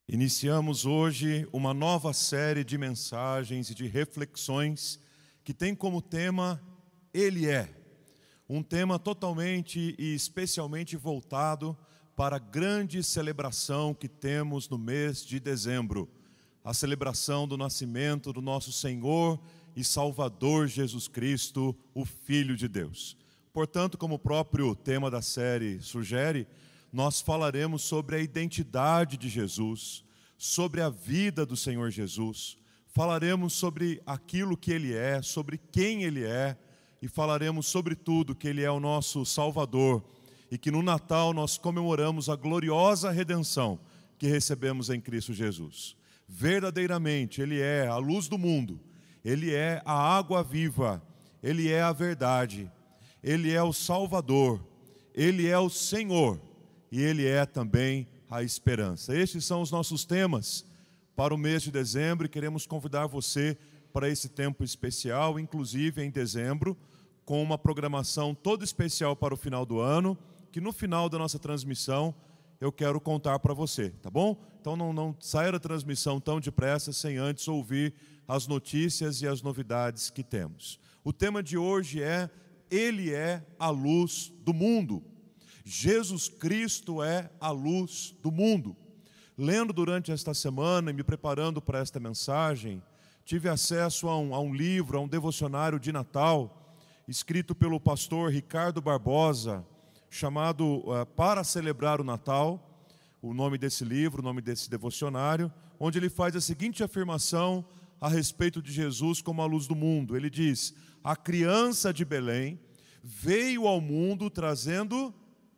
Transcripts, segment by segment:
Iniciamos hoje uma nova série de mensagens e de reflexões que tem como tema Ele é. Um tema totalmente e especialmente voltado para a grande celebração que temos no mês de dezembro. A celebração do nascimento do nosso Senhor e Salvador Jesus Cristo, o Filho de Deus. Portanto, como o próprio tema da série sugere, nós falaremos sobre a identidade de Jesus, sobre a vida do Senhor Jesus, falaremos sobre aquilo que Ele é, sobre quem Ele é, e falaremos sobre tudo que Ele é o nosso Salvador, e que no Natal nós comemoramos a gloriosa redenção que recebemos em Cristo Jesus. Verdadeiramente, Ele é a luz do mundo, Ele é a água viva, Ele é a verdade, Ele é o Salvador, Ele é o Senhor, e Ele é também a esperança. Estes são os nossos temas para o mês de dezembro e queremos convidar você para esse tempo especial, inclusive em dezembro, com uma programação toda especial para o final do ano, que no final da nossa transmissão eu quero contar para você, tá bom? Então não saia da transmissão tão depressa sem antes ouvir as notícias e as novidades que temos. O tema de hoje é Ele é a luz do mundo. Jesus Cristo é a luz do mundo. Lendo durante esta semana e me preparando para esta mensagem, tive acesso a um livro, a um devocionário de Natal, escrito pelo pastor Ricardo Barbosa, chamado Para Celebrar o Natal, o nome desse livro, o nome desse devocionário, onde ele faz a seguinte afirmação a respeito de Jesus como a luz do mundo. Ele diz: a criança de Belém veio ao mundo trazendo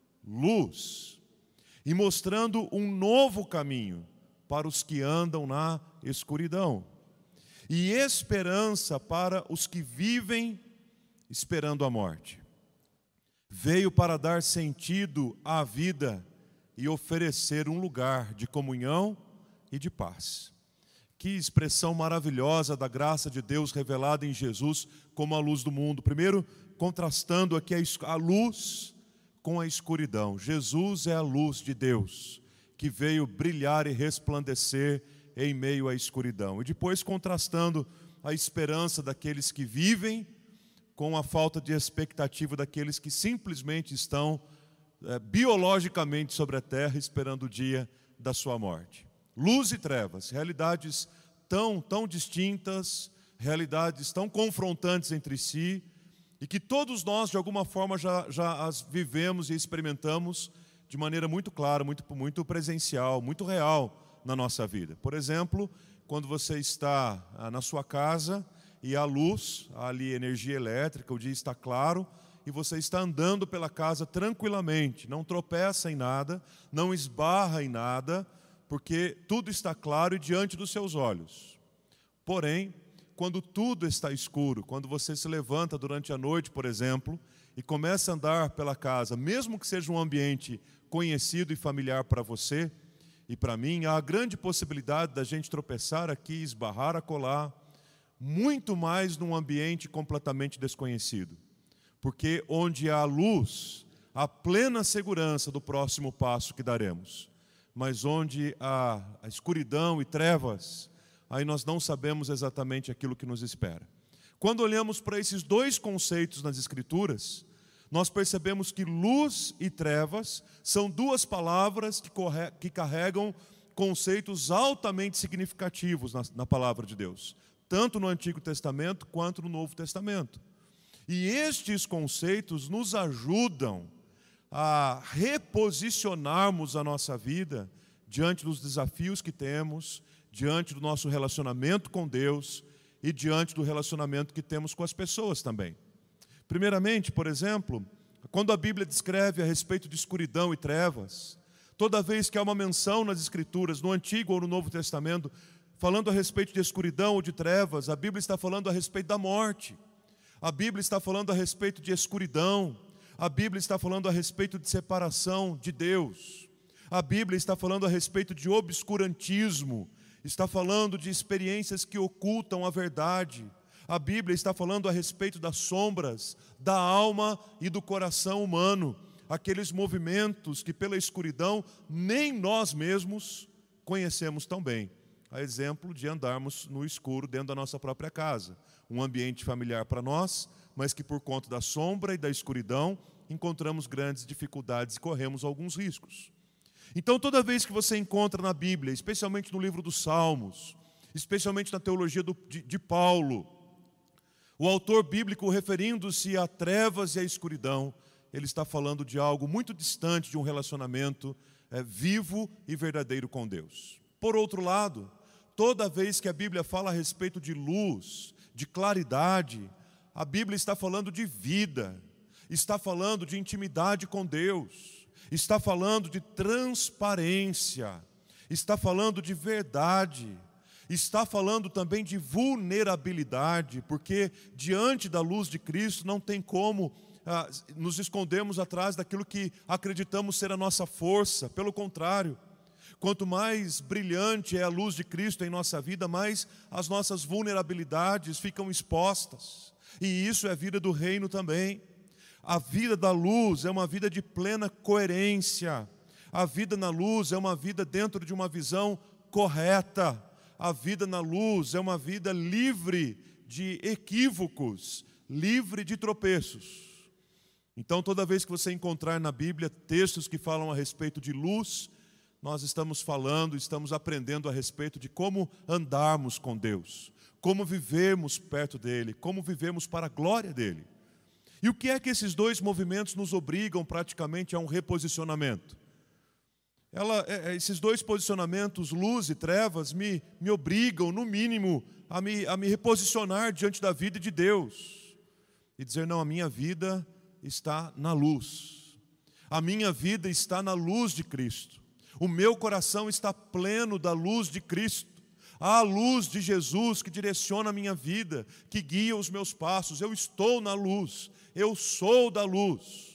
luz e mostrando um novo caminho para os que andam na escuridão e esperança para os que vivem esperando a morte. Veio para dar sentido à vida e oferecer um lugar de comunhão e de paz. Que expressão maravilhosa da graça de Deus revelada em Jesus como a luz do mundo. Primeiro, contrastando aqui a luz com a escuridão. Jesus é a luz de Deus, que veio brilhar e resplandecer em meio à escuridão. E depois contrastando a esperança daqueles que vivem com a falta de expectativa daqueles que simplesmente estão biologicamente sobre a terra esperando o dia da sua morte. Luz e trevas, realidades tão distintas, realidades tão confrontantes entre si, e que todos nós, de alguma forma, já as vivemos e experimentamos de maneira muito clara, muito presencial, muito real na nossa vida. Por exemplo, quando você está na sua casa e há luz, há ali energia elétrica, o dia está claro, e você está andando pela casa tranquilamente, não tropeça em nada, não esbarra em nada, porque tudo está claro e diante dos seus olhos. Porém, quando tudo está escuro, quando você se levanta durante a noite, por exemplo, e começa a andar pela casa, mesmo que seja um ambiente conhecido e familiar para você e para mim, há a grande possibilidade da gente tropeçar aqui, esbarrar acolá, muito mais num ambiente completamente desconhecido. Porque onde há luz, há plena segurança do próximo passo que daremos. Mas onde há a escuridão e trevas, aí nós não sabemos exatamente aquilo que nos espera. Quando olhamos para esses dois conceitos nas Escrituras, nós percebemos que luz e trevas são duas palavras que carregam conceitos altamente significativos na palavra de Deus, tanto no Antigo Testamento quanto no Novo Testamento. E estes conceitos nos ajudam a reposicionarmos a nossa vida diante dos desafios que temos, diante do nosso relacionamento com Deus e diante do relacionamento que temos com as pessoas também. Primeiramente, por exemplo, quando a Bíblia descreve a respeito de escuridão e trevas, toda vez que há uma menção nas Escrituras, no Antigo ou no Novo Testamento, falando a respeito de escuridão ou de trevas, a Bíblia está falando a respeito da morte. A Bíblia está falando a respeito de escuridão. A Bíblia está falando a respeito de separação de Deus. A Bíblia está falando a respeito de obscurantismo. Está falando de experiências que ocultam a verdade. A Bíblia está falando a respeito das sombras, da alma e do coração humano. Aqueles movimentos que pela escuridão nem nós mesmos conhecemos tão bem, a exemplo de andarmos no escuro dentro da nossa própria casa. Um ambiente familiar para nós, mas que por conta da sombra e da escuridão encontramos grandes dificuldades e corremos alguns riscos. Então, toda vez que você encontra na Bíblia, especialmente no livro dos Salmos, especialmente na teologia de Paulo, o autor bíblico, referindo-se a trevas e à escuridão, ele está falando de algo muito distante de um relacionamento vivo e verdadeiro com Deus. Por outro lado, toda vez que a Bíblia fala a respeito de luz, de claridade, a Bíblia está falando de vida, está falando de intimidade com Deus, está falando de transparência, está falando de verdade, está falando também de vulnerabilidade, porque diante da luz de Cristo não tem como nos escondermos atrás daquilo que acreditamos ser a nossa força. Pelo contrário, quanto mais brilhante é a luz de Cristo em nossa vida, mais as nossas vulnerabilidades ficam expostas. E isso é a vida do reino também. A vida da luz é uma vida de plena coerência. A vida na luz é uma vida dentro de uma visão correta. A vida na luz é uma vida livre de equívocos, livre de tropeços. Então, toda vez que você encontrar na Bíblia textos que falam a respeito de luz, nós estamos aprendendo a respeito de como andarmos com Deus, como vivemos perto dEle, como vivemos para a glória dEle. E o que é que esses dois movimentos nos obrigam praticamente a um reposicionamento? Esses dois posicionamentos, luz e trevas, me obrigam, no mínimo, a me reposicionar diante da vida de Deus. E dizer, não, a minha vida está na luz. A minha vida está na luz de Cristo. O meu coração está pleno da luz de Cristo. A luz de Jesus que direciona a minha vida, que guia os meus passos. Eu estou na luz, eu sou da luz.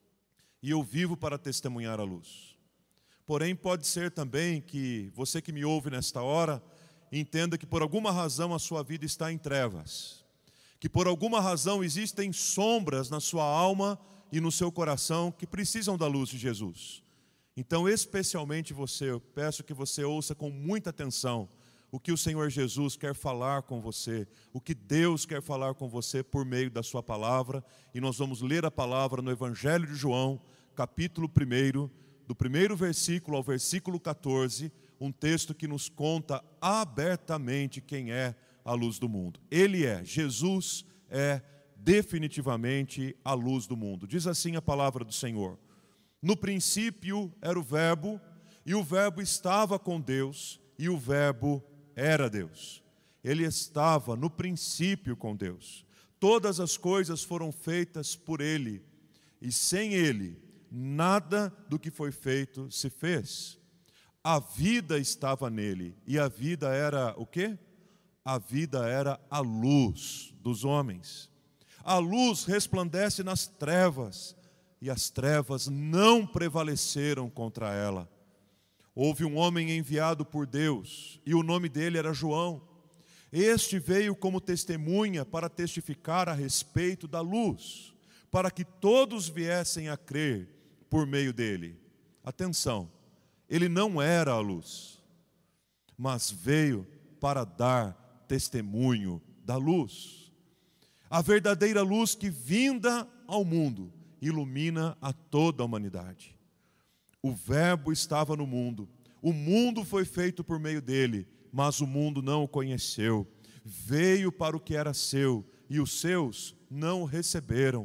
E eu vivo para testemunhar a luz. Porém, pode ser também que você que me ouve nesta hora, entenda que por alguma razão a sua vida está em trevas. Que por alguma razão existem sombras na sua alma e no seu coração que precisam da luz de Jesus. Então, especialmente você, eu peço que você ouça com muita atenção o que o Senhor Jesus quer falar com você, o que Deus quer falar com você por meio da sua palavra. E nós vamos ler a palavra no Evangelho de João, capítulo 1, do primeiro versículo ao versículo 14, um texto que nos conta abertamente quem é a luz do mundo. Jesus é definitivamente a luz do mundo. Diz assim a palavra do Senhor: no princípio era o Verbo, e o Verbo estava com Deus, e o Verbo era Deus. Ele estava no princípio com Deus. Todas as coisas foram feitas por Ele, e sem Ele, nada do que foi feito se fez. A vida estava nele, e a vida era o quê? A vida era a luz dos homens. A luz resplandece nas trevas, e as trevas não prevaleceram contra ela. Houve um homem enviado por Deus, e o nome dele era João. Este veio como testemunha para testificar a respeito da luz, para que todos viessem a crer por meio dele. Atenção, ele não era a luz, mas veio para dar testemunho da luz. A verdadeira luz que, vinda ao mundo, ilumina a toda a humanidade. O Verbo estava no mundo, o mundo foi feito por meio dele, mas o mundo não o conheceu. Veio para o que era seu, e os seus não o receberam.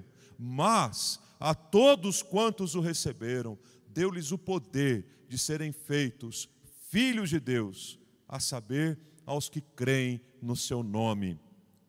Mas a todos quantos o receberam, deu-lhes o poder de serem feitos filhos de Deus, a saber, aos que creem no seu nome,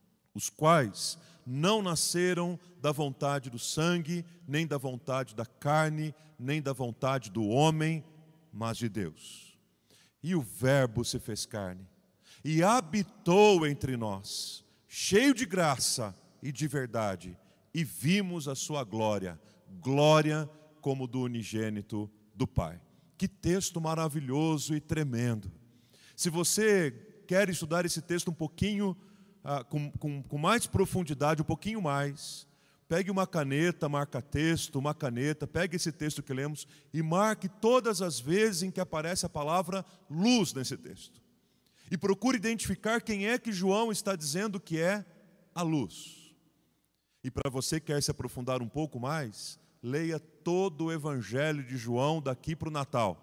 os quais não nasceram da vontade do sangue, nem da vontade da carne, nem da vontade do homem, mas de Deus. E o Verbo se fez carne, e habitou entre nós, cheio de graça e de verdade, e vimos a sua glória, glória como do unigênito do Pai. Que texto maravilhoso e tremendo. Se você quer estudar esse texto um pouquinho, com mais profundidade, um pouquinho mais, Pegue uma caneta, marca-texto, uma caneta, pegue esse texto que lemos e marque todas as vezes em que aparece a palavra luz nesse texto. E procure identificar quem é que João está dizendo que é a luz. E para você que quer se aprofundar um pouco mais, leia todo o Evangelho de João daqui para o Natal.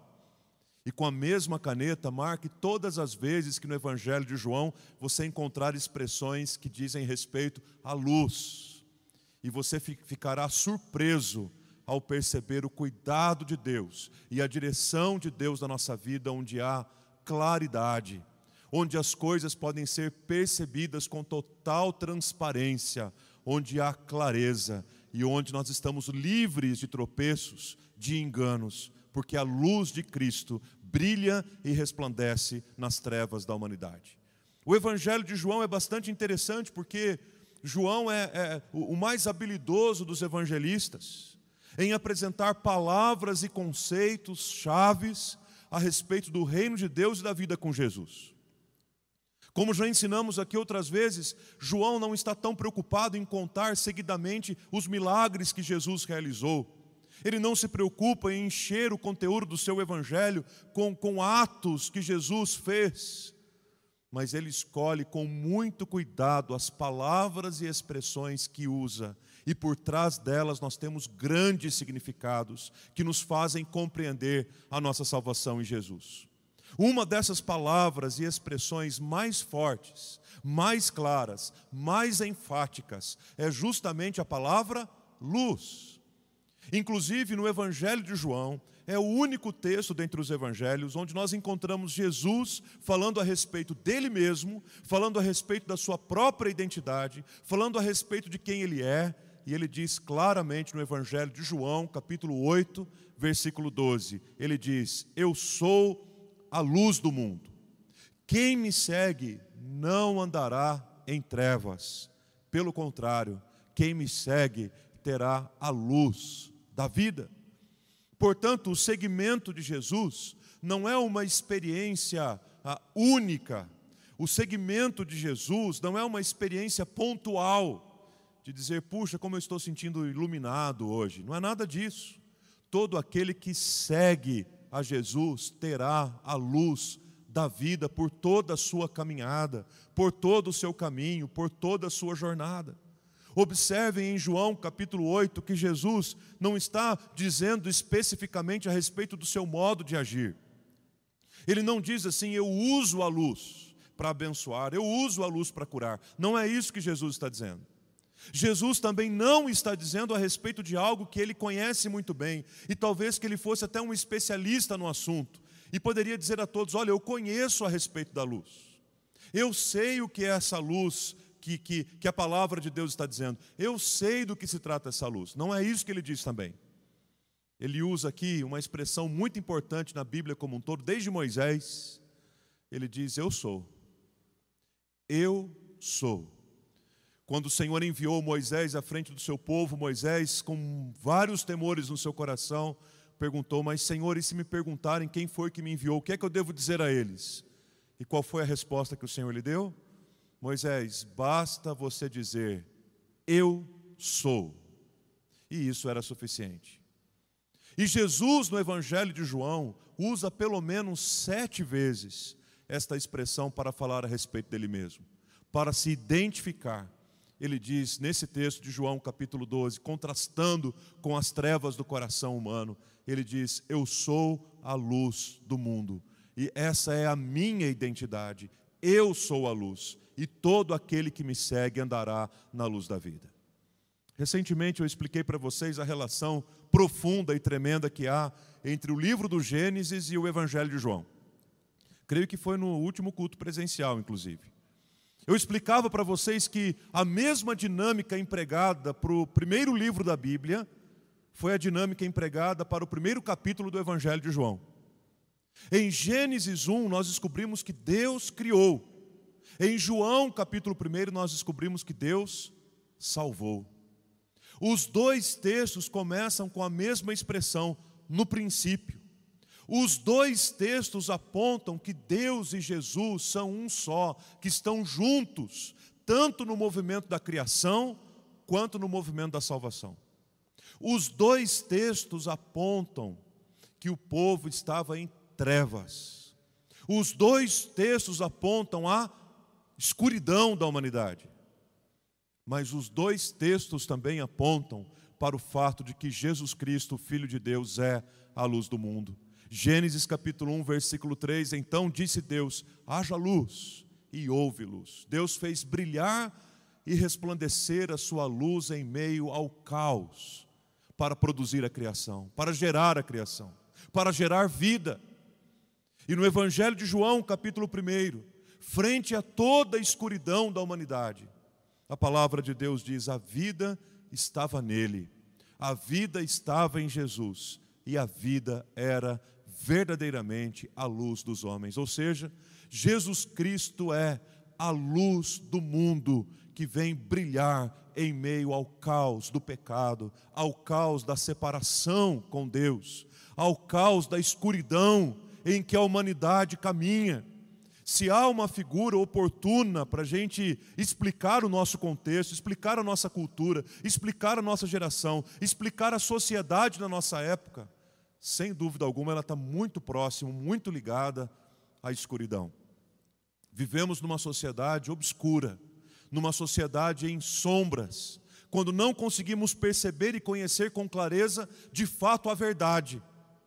E com a mesma caneta, marque todas as vezes que no Evangelho de João você encontrar expressões que dizem respeito à luz. E você ficará surpreso ao perceber o cuidado de Deus e a direção de Deus na nossa vida, onde há claridade, onde as coisas podem ser percebidas com total transparência, onde há clareza e onde nós estamos livres de tropeços, de enganos, porque a luz de Cristo brilha e resplandece nas trevas da humanidade. O Evangelho de João é bastante interessante porque João é o mais habilidoso dos evangelistas em apresentar palavras e conceitos chaves a respeito do reino de Deus e da vida com Jesus. Como já ensinamos aqui outras vezes, João não está tão preocupado em contar seguidamente os milagres que Jesus realizou. Ele não se preocupa em encher o conteúdo do seu evangelho com atos que Jesus fez. Mas ele escolhe com muito cuidado as palavras e expressões que usa. E por trás delas nós temos grandes significados que nos fazem compreender a nossa salvação em Jesus. Uma dessas palavras e expressões mais fortes, mais claras, mais enfáticas, é justamente a palavra luz. Inclusive no Evangelho de João, é o único texto dentre os evangelhos onde nós encontramos Jesus falando a respeito dele mesmo, falando a respeito da sua própria identidade, falando a respeito de quem ele é, e ele diz claramente no Evangelho de João, capítulo 8, versículo 12, ele diz: eu sou a luz do mundo. Quem me segue não andará em trevas. Pelo contrário, quem me segue terá a luz da vida. Portanto, o seguimento de Jesus não é uma experiência única. O seguimento de Jesus não é uma experiência pontual, de dizer, puxa, como eu estou sentindo iluminado hoje. Não é nada disso. Todo aquele que segue a Jesus terá a luz da vida por toda a sua caminhada, por todo o seu caminho, por toda a sua jornada. Observem em João capítulo 8 que Jesus não está dizendo especificamente a respeito do seu modo de agir. Ele não diz assim, eu uso a luz para abençoar, eu uso a luz para curar. Não é isso que Jesus está dizendo. Jesus também não está dizendo a respeito de algo que ele conhece muito bem, e talvez que ele fosse até um especialista no assunto, e poderia dizer a todos, olha, eu conheço a respeito da luz. Eu sei o que é essa luz que a palavra de Deus está dizendo. Eu sei do que se trata essa luz. Não é isso que ele diz também. Ele usa aqui uma expressão muito importante na Bíblia como um todo, desde Moisés. Ele diz, eu sou. Eu sou. Quando o Senhor enviou Moisés à frente do seu povo, Moisés, com vários temores no seu coração, perguntou, mas Senhor, e se me perguntarem quem foi que me enviou, o que é que eu devo dizer a eles? E qual foi a resposta que o Senhor lhe deu? Moisés, basta você dizer, eu sou. E isso era suficiente. E Jesus, no Evangelho de João, usa pelo menos 7 vezes esta expressão para falar a respeito dele mesmo, para se identificar. Ele diz, nesse texto de João, capítulo 12, contrastando com as trevas do coração humano, ele diz, eu sou a luz do mundo. E essa é a minha identidade. Eu sou a luz. E todo aquele que me segue andará na luz da vida. Recentemente eu expliquei para vocês a relação profunda e tremenda que há entre o livro do Gênesis e o Evangelho de João. Creio que foi no último culto presencial, inclusive. Eu explicava para vocês que a mesma dinâmica empregada para o primeiro livro da Bíblia foi a dinâmica empregada para o primeiro capítulo do Evangelho de João. Em Gênesis 1 nós descobrimos que Deus criou. Em João, capítulo 1, nós descobrimos que Deus salvou. Os dois textos começam com a mesma expressão, no princípio. Os dois textos apontam que Deus e Jesus são um só, que estão juntos, tanto no movimento da criação, quanto no movimento da salvação. Os dois textos apontam que o povo estava em trevas. Os dois textos apontam a escuridão da humanidade. Mas os dois textos também apontam para o fato de que Jesus Cristo, o Filho de Deus, é a luz do mundo. Gênesis capítulo 1, versículo 3, então disse Deus, haja luz, e houve luz. Deus fez brilhar e resplandecer a sua luz em meio ao caos, para produzir a criação, para gerar a criação, para gerar vida. E no Evangelho de João, capítulo 1, frente a toda a escuridão da humanidade, a palavra de Deus diz, a vida estava nele, a vida estava em Jesus, e a vida era verdadeiramente a luz dos homens. Ou seja, Jesus Cristo é a luz do mundo que vem brilhar em meio ao caos do pecado, ao caos da separação com Deus, ao caos da escuridão em que a humanidade caminha. Se há uma figura oportuna para a gente explicar o nosso contexto, explicar a nossa cultura, explicar a nossa geração, explicar a sociedade da nossa época, sem dúvida alguma ela está muito próxima, muito ligada à escuridão. Vivemos numa sociedade obscura, numa sociedade em sombras, quando não conseguimos perceber e conhecer com clareza, de fato, a verdade.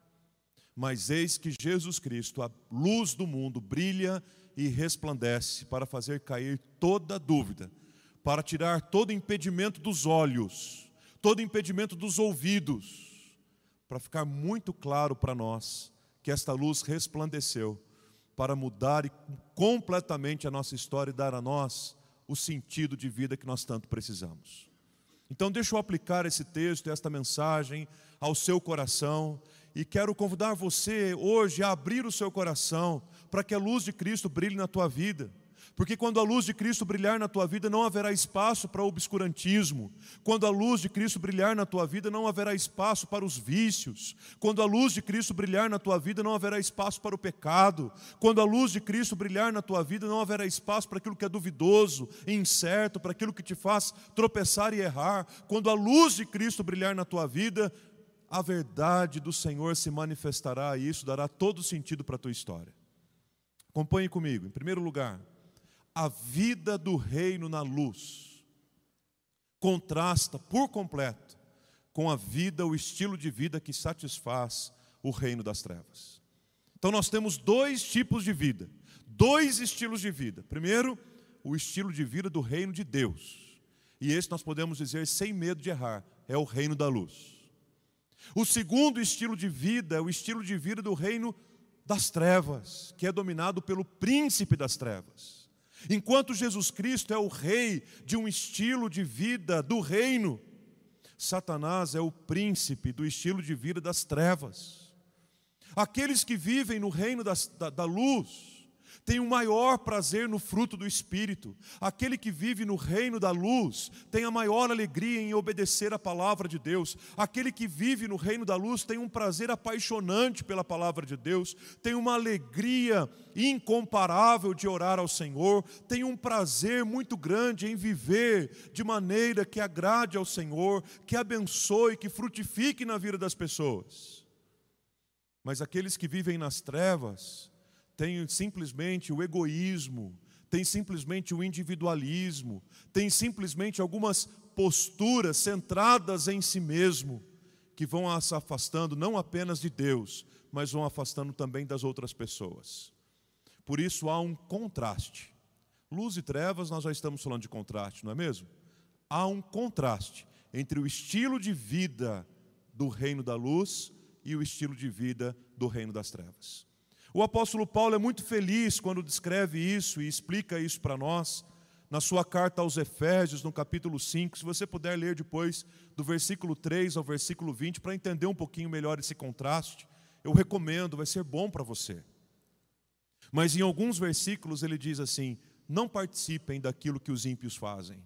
Mas eis que Jesus Cristo, a luz do mundo, brilha e resplandece para fazer cair toda dúvida, para tirar todo impedimento dos olhos, todo impedimento dos ouvidos, para ficar muito claro para nós que esta luz resplandeceu para mudar completamente a nossa história e dar a nós o sentido de vida que nós tanto precisamos. Então deixa eu aplicar esse texto e esta mensagem ao seu coração e quero convidar você hoje a abrir o seu coração para que a luz de Cristo brilhe na tua vida. Porque quando a luz de Cristo brilhar na tua vida, não haverá espaço para o obscurantismo. Quando a luz de Cristo brilhar na tua vida, não haverá espaço para os vícios. Quando a luz de Cristo brilhar na tua vida, não haverá espaço para o pecado. Quando a luz de Cristo brilhar na tua vida, não haverá espaço para aquilo que é duvidoso e incerto, para aquilo que te faz tropeçar e errar. Quando a luz de Cristo brilhar na tua vida, a verdade do Senhor se manifestará e isso dará todo sentido para a tua história. Acompanhe comigo. Em primeiro lugar, a vida do reino na luz contrasta por completo com a vida, o estilo de vida que satisfaz o reino das trevas. Então nós temos dois tipos de vida, dois estilos de vida. Primeiro, o estilo de vida do reino de Deus. E esse nós podemos dizer sem medo de errar, é o reino da luz. O segundo estilo de vida é o estilo de vida do reino das trevas, que é dominado pelo príncipe das trevas. Enquanto Jesus Cristo é o rei de um estilo de vida do reino, Satanás é o príncipe do estilo de vida das trevas. Aqueles que vivem no reino da luz tem o maior prazer no fruto do Espírito. Aquele que vive no reino da luz tem a maior alegria em obedecer a palavra de Deus. Aquele que vive no reino da luz tem um prazer apaixonante pela palavra de Deus, tem uma alegria incomparável de orar ao Senhor, tem um prazer muito grande em viver de maneira que agrade ao Senhor, que abençoe, que frutifique na vida das pessoas. Mas aqueles que vivem nas trevas tem simplesmente o egoísmo, tem simplesmente o individualismo, tem simplesmente algumas posturas centradas em si mesmo, que vão se afastando não apenas de Deus, mas vão afastando também das outras pessoas. Por isso há um contraste. Luz e trevas, nós já estamos falando de contraste, não é mesmo? Há um contraste entre o estilo de vida do reino da luz e o estilo de vida do reino das trevas. O apóstolo Paulo é muito feliz quando descreve isso e explica isso para nós, na sua carta aos Efésios, no capítulo 5, se você puder ler depois do versículo 3 ao versículo 20, para entender um pouquinho melhor esse contraste, eu recomendo, vai ser bom para você. Mas em alguns versículos ele diz assim, não participem daquilo que os ímpios fazem.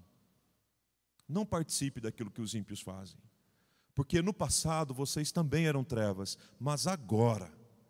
Não participe daquilo que os ímpios fazem. Porque no passado vocês também eram trevas, mas agora,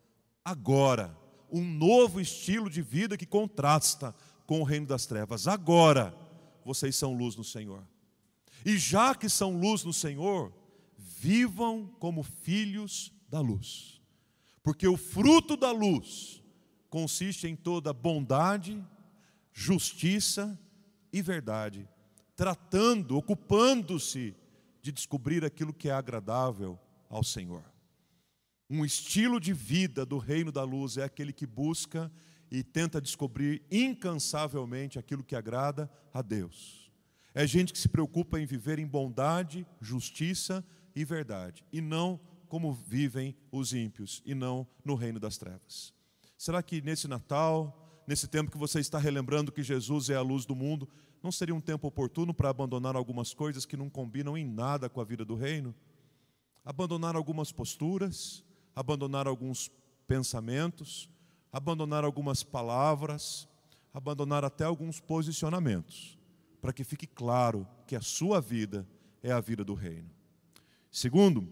um novo estilo de vida que contrasta com o reino das trevas. Agora, vocês são luz no Senhor. E já que são luz no Senhor, vivam como filhos da luz. Porque o fruto da luz consiste em toda bondade, justiça e verdade, tratando, ocupando-se de descobrir aquilo que é agradável ao Senhor. Um estilo de vida do reino da luz é aquele que busca e tenta descobrir incansavelmente aquilo que agrada a Deus. É gente que se preocupa em viver em bondade, justiça e verdade, e não como vivem os ímpios, e não no reino das trevas. Será que nesse Natal, nesse tempo que você está relembrando que Jesus é a luz do mundo, não seria um tempo oportuno para abandonar algumas coisas que não combinam em nada com a vida do reino? Abandonar algumas posturas, abandonar alguns pensamentos, abandonar algumas palavras, abandonar até alguns posicionamentos, para que fique claro que a sua vida é a vida do reino. Segundo,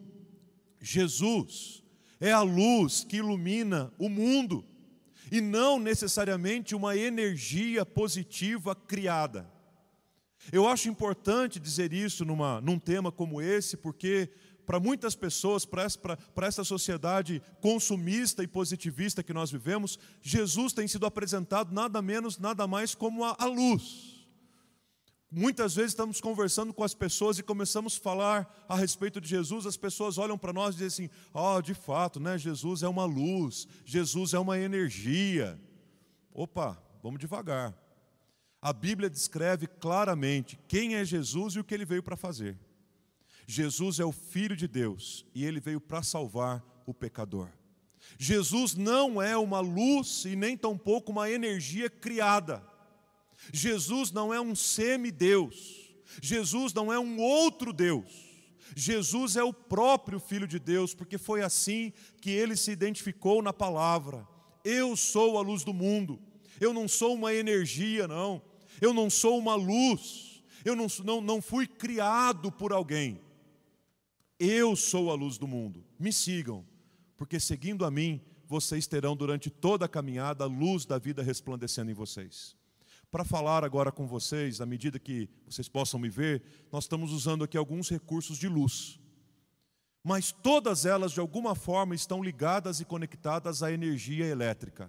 Jesus é a luz que ilumina o mundo, e não necessariamente uma energia positiva criada. Eu acho importante dizer isso num tema como esse, porque para muitas pessoas, para essa sociedade consumista e positivista que nós vivemos, Jesus tem sido apresentado nada menos, nada mais como a luz. Muitas vezes estamos conversando com as pessoas e começamos a falar a respeito de Jesus, as pessoas olham para nós e dizem assim, de fato, né, Jesus é uma luz, Jesus é uma energia. Opa, vamos devagar. A Bíblia descreve claramente quem é Jesus e o que ele veio para fazer. Jesus é o Filho de Deus e ele veio para salvar o pecador. Jesus não é uma luz e nem tampouco uma energia criada. Jesus não é um semideus. Jesus não é um outro Deus. Jesus é o próprio Filho de Deus, porque foi assim que ele se identificou na palavra. Eu sou a luz do mundo. Eu não sou uma energia, não. Eu não sou uma luz. Eu não fui criado por alguém. Eu sou a luz do mundo. Me sigam, porque seguindo a mim, vocês terão durante toda a caminhada a luz da vida resplandecendo em vocês. Para falar agora com vocês, à medida que vocês possam me ver, nós estamos usando aqui alguns recursos de luz. Mas todas elas, de alguma forma, estão ligadas e conectadas à energia elétrica.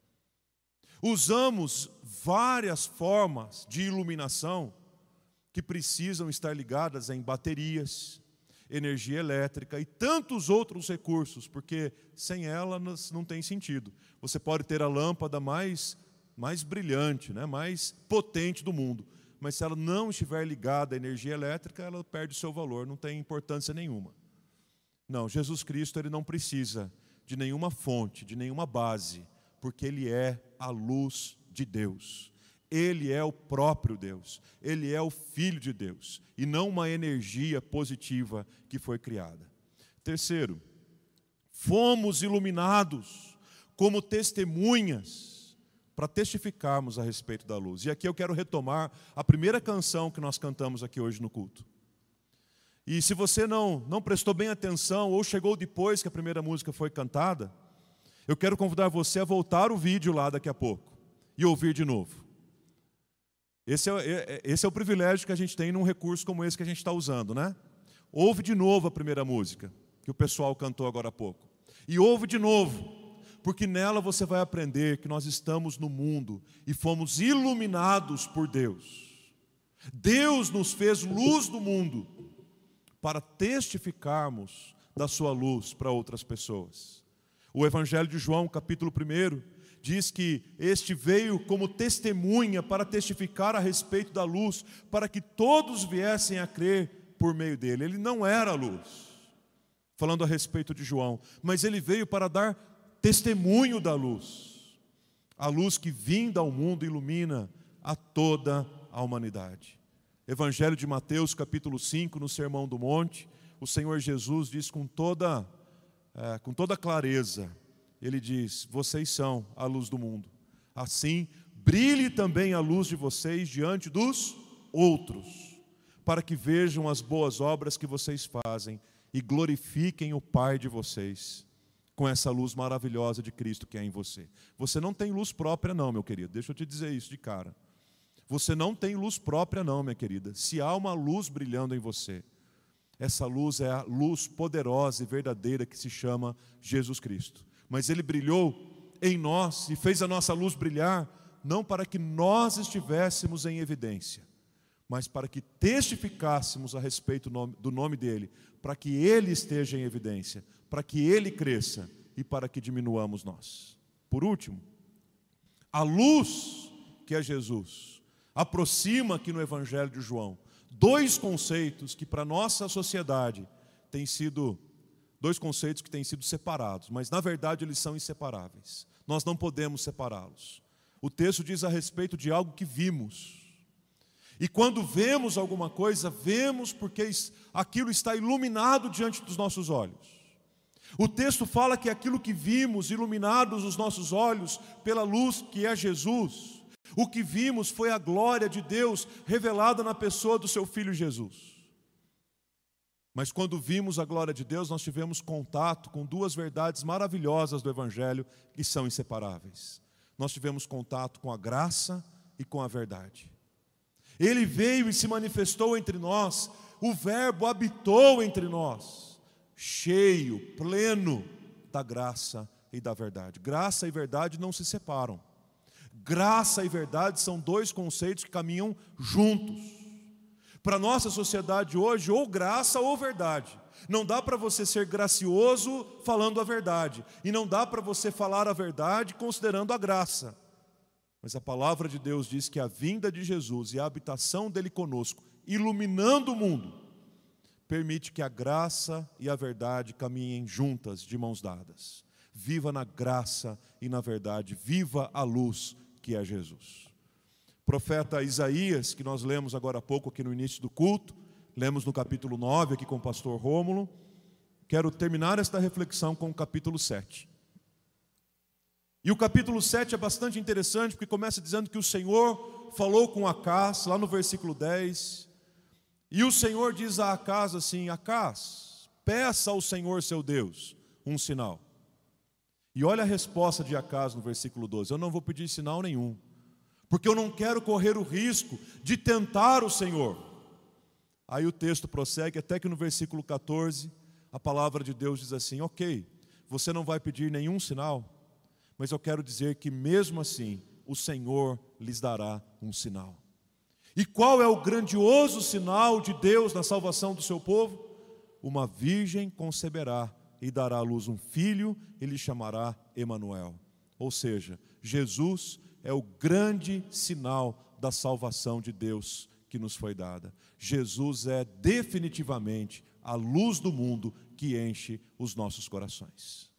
Usamos várias formas de iluminação que precisam estar ligadas em baterias, energia elétrica e tantos outros recursos, porque sem elas não tem sentido. Você pode ter a lâmpada mais brilhante, né, mais potente do mundo, mas se ela não estiver ligada à energia elétrica, ela perde o seu valor, não tem importância nenhuma. Não, Jesus Cristo ele não precisa de nenhuma fonte, de nenhuma base, porque ele é a luz de Deus. Ele é o próprio Deus, ele é o Filho de Deus, e não uma energia positiva que foi criada. Terceiro, fomos iluminados como testemunhas para testificarmos a respeito da luz. E aqui eu quero retomar a primeira canção que nós cantamos aqui hoje no culto. E se você não prestou bem atenção ou chegou depois que a primeira música foi cantada, eu quero convidar você a voltar o vídeo lá daqui a pouco e ouvir de novo. Esse é o privilégio que a gente tem num recurso como esse que a gente está usando, né? Ouve de novo a primeira música, que o pessoal cantou agora há pouco. E ouve de novo, porque nela você vai aprender que nós estamos no mundo e fomos iluminados por Deus. Deus nos fez luz do mundo para testificarmos da sua luz para outras pessoas. O Evangelho de João, capítulo 1, diz que este veio como testemunha para testificar a respeito da luz, para que todos viessem a crer por meio dele. Ele não era a luz, falando a respeito de João, mas ele veio para dar testemunho da luz. A luz que vinda ao mundo ilumina a toda a humanidade. Evangelho de Mateus, capítulo 5, no Sermão do Monte, o Senhor Jesus diz com toda clareza, ele diz, vocês são a luz do mundo. Assim, brilhe também a luz de vocês diante dos outros, para que vejam as boas obras que vocês fazem e glorifiquem o Pai de vocês, com essa luz maravilhosa de Cristo que é em você. Você não tem luz própria não, meu querido, deixa eu te dizer isso de cara. Você não tem luz própria não, minha querida. Se há uma luz brilhando em você, essa luz é a luz poderosa e verdadeira que se chama Jesus Cristo. Mas Ele brilhou em nós e fez a nossa luz brilhar, não para que nós estivéssemos em evidência, mas para que testificássemos a respeito do nome dEle, para que Ele esteja em evidência, para que Ele cresça e para que diminuamos nós. Por último, a luz que é Jesus aproxima aqui no Evangelho de João dois conceitos que para a nossa sociedade têm sido separados, mas na verdade eles são inseparáveis. Nós não podemos separá-los. O texto diz a respeito de algo que vimos. E quando vemos alguma coisa, vemos porque aquilo está iluminado diante dos nossos olhos. O texto fala que aquilo que vimos, iluminados os nossos olhos pela luz que é Jesus, o que vimos foi a glória de Deus revelada na pessoa do seu Filho Jesus. Mas quando vimos a glória de Deus, nós tivemos contato com duas verdades maravilhosas do Evangelho que são inseparáveis. Nós tivemos contato com a graça e com a verdade. Ele veio e se manifestou entre nós, o Verbo habitou entre nós, cheio, pleno da graça e da verdade. Graça e verdade não se separam. Graça e verdade são dois conceitos que caminham juntos. Para a nossa sociedade hoje, ou graça ou verdade. Não dá para você ser gracioso falando a verdade, e não dá para você falar a verdade considerando a graça. Mas a palavra de Deus diz que a vinda de Jesus e a habitação dele conosco, iluminando o mundo, permite que a graça e a verdade caminhem juntas, de mãos dadas. Viva na graça e na verdade, viva a luz que é Jesus. O profeta Isaías, que nós lemos agora há pouco aqui no início do culto, lemos no capítulo 9 aqui com o pastor Rômulo. Quero terminar esta reflexão com o capítulo 7. E o capítulo 7 é bastante interessante, porque começa dizendo que o Senhor falou com Acaz, lá no versículo 10, e o Senhor diz a Acaz assim: Acaz, peça ao Senhor seu Deus um sinal. E olha a resposta de Acaz no versículo 12: eu não vou pedir sinal nenhum, porque eu não quero correr o risco de tentar o Senhor. Aí o texto prossegue até que no versículo 14, a palavra de Deus diz assim: ok, você não vai pedir nenhum sinal, mas eu quero dizer que mesmo assim, o Senhor lhes dará um sinal. E qual é o grandioso sinal de Deus na salvação do seu povo? Uma virgem conceberá e dará à luz um filho, e lhe chamará Emanuel. Ou seja, Jesus é o grande sinal da salvação de Deus que nos foi dada. Jesus é definitivamente a luz do mundo que enche os nossos corações.